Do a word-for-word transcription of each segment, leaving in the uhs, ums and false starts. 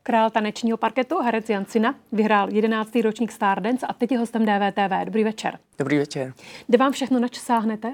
Král tanečního parketu, herec Jan Cina, vyhrál jedenáctý ročník Stardance a teď je hostem D V T V. Dobrý večer. Dobrý večer. Jde vám všechno, nač sáhnete?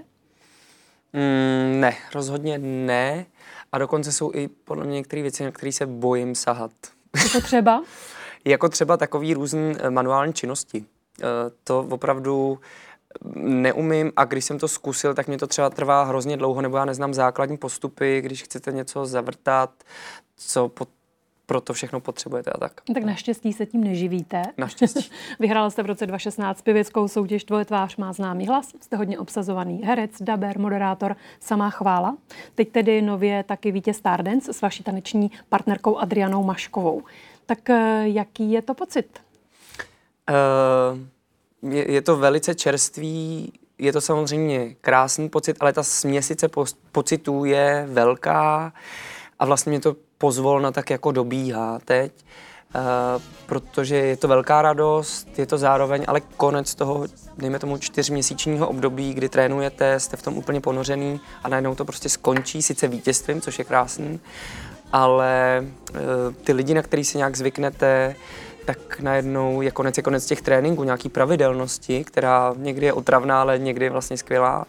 Mm, ne, rozhodně ne. A dokonce jsou i podle mě některé věci, na které se bojím sahat. Co třeba? Jako třeba takový různý manuální činnosti. To opravdu neumím a když jsem to zkusil, tak mě to třeba trvá hrozně dlouho, nebo já neznám základní postupy, když chcete něco zavrtat, co po, pro to všechno potřebujete a tak. Tak naštěstí se tím neživíte. Naštěstí. Vyhrál jste v roce dva tisíce šestnáct pěveckou soutěž Tvoje tvář má známý hlas. Jste hodně obsazovaný herec, daber, moderátor, samá chvála. Teď tedy nově taky vítěz Stardance s vaší taneční partnerkou Adrianou Maškovou. Tak jaký je to pocit? Uh... Je, je to velice čerstvý, je to samozřejmě krásný pocit, ale ta směsice po, pocitů je velká a vlastně mě to pozvolna tak jako dobíhá teď, uh, protože je to velká radost, je to zároveň ale konec toho, dejme tomu čtyřměsíčního období, kdy trénujete, jste v tom úplně ponořený a najednou to prostě skončí, sice vítězstvím, což je krásný, ale uh, ty lidi, na který si nějak zvyknete, tak najednou je konec, je konec těch tréninků, nějaký pravidelnosti, která někdy je otravná, ale někdy je vlastně skvělá.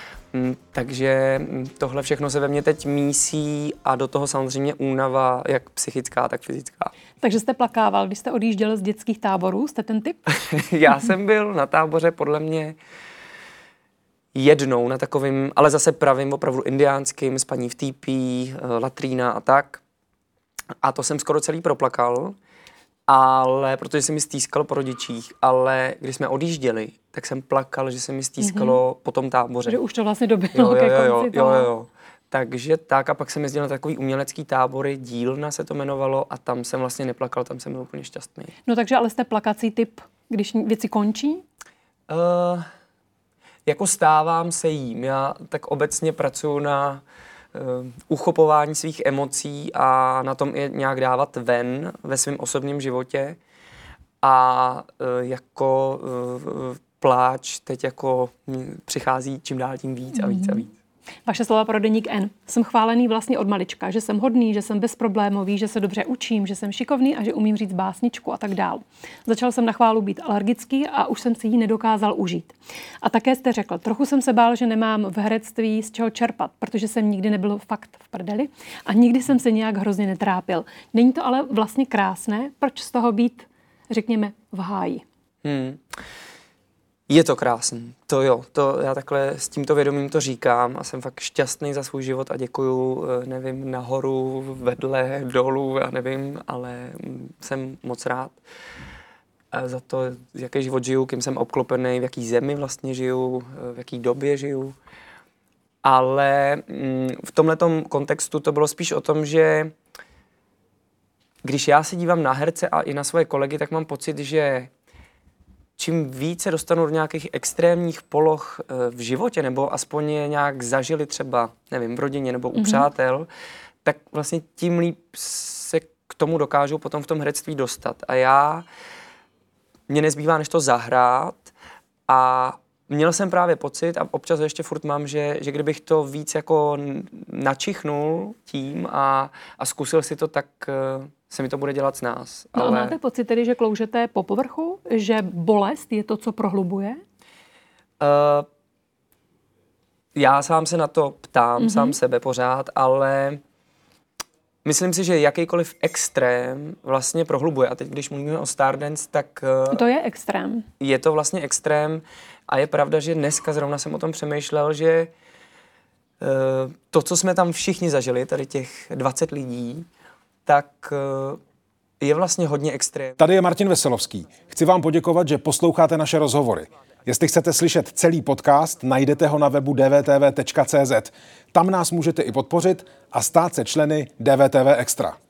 Takže tohle všechno se ve mně teď mísí a do toho samozřejmě únava, jak psychická, tak fyzická. Takže jste plakával, když jste odjížděl z dětských táborů, jste ten typ? Já jsem byl na táboře podle mě jednou na takovým, ale zase pravým, opravdu indiánským, s paní v týpí, latrína a tak. A to jsem skoro celý proplakal. Ale protože se mi stýskalo po rodičích, ale když jsme odjížděli, tak jsem plakal, že se mi stýskalo mm-hmm. po tom táboře. Že už to vlastně doběhlo ke konci toho. Jo, jo, jo. Takže tak a pak jsem jezdil na takový umělecký tábory, Dílna se to jmenovalo a tam jsem vlastně neplakal, tam jsem byl úplně šťastný. No takže ale jste plakací typ, když věci končí? Uh, jako stávám se jím. Já tak obecně pracuji na Uh, uchopování svých emocí a na tom je nějak dávat ven ve svém osobním životě a uh, jako uh, pláč teď jako přichází čím dál tím víc a víc a víc. Vaše slova pro deník N. Jsem chválený vlastně od malička, že jsem hodný, že jsem bezproblémový, že se dobře učím, že jsem šikovný a že umím říct básničku a tak dál. Začal jsem na chválu být alergický a už jsem si ji nedokázal užít. A také jste řekl, trochu jsem se bál, že nemám v herectví z čeho čerpat, protože jsem nikdy nebyl fakt v prdeli a nikdy jsem se nějak hrozně netrápil. Není to ale vlastně krásné? Proč z toho být, řekněme, v háji? Hmm. Je to krásný, to jo, to já takhle s tímto vědomím to říkám a jsem fakt šťastný za svůj život a děkuju, nevím, nahoru, vedle, dolů, já nevím, ale jsem moc rád za to, jaký život žiju, kým jsem obklopený, v jaký zemi vlastně žiju, v jaký době žiju. Ale v tomhletom kontextu to bylo spíš o tom, že když já se dívám na herce a i na svoje kolegy, tak mám pocit, že čím více dostanu do nějakých extrémních poloh v životě, nebo aspoň je nějak zažili třeba, nevím, v rodině nebo u mm-hmm. přátel, tak vlastně tím líp se k tomu dokážou potom v tom herectví dostat. A já, mně nezbývá než to zahrát a měl jsem právě pocit, a občas ještě furt mám, že, že kdybych to víc jako načichnul tím a, a zkusil si to, tak se mi to bude dělat s nás. No ale... a máte pocit tedy, že kloužete po povrchu? Že bolest je to, co prohlubuje? Uh, já sám se na to ptám, mm-hmm. sám sebe pořád, ale myslím si, že jakýkoliv extrém vlastně prohlubuje. A teď, když mluvíme o Stardance, tak... Uh, to je extrém. Je to vlastně extrém a je pravda, že dneska zrovna jsem o tom přemýšlel, že uh, to, co jsme tam všichni zažili, tady těch dvacet lidí, tak je vlastně hodně extrém. Tady je Martin Veselovský. Chci vám poděkovat, že posloucháte naše rozhovory. Jestli chcete slyšet celý podcast, najdete ho na webu d v t v tečka c z. Tam nás můžete i podpořit a stát se členy D V T V Extra.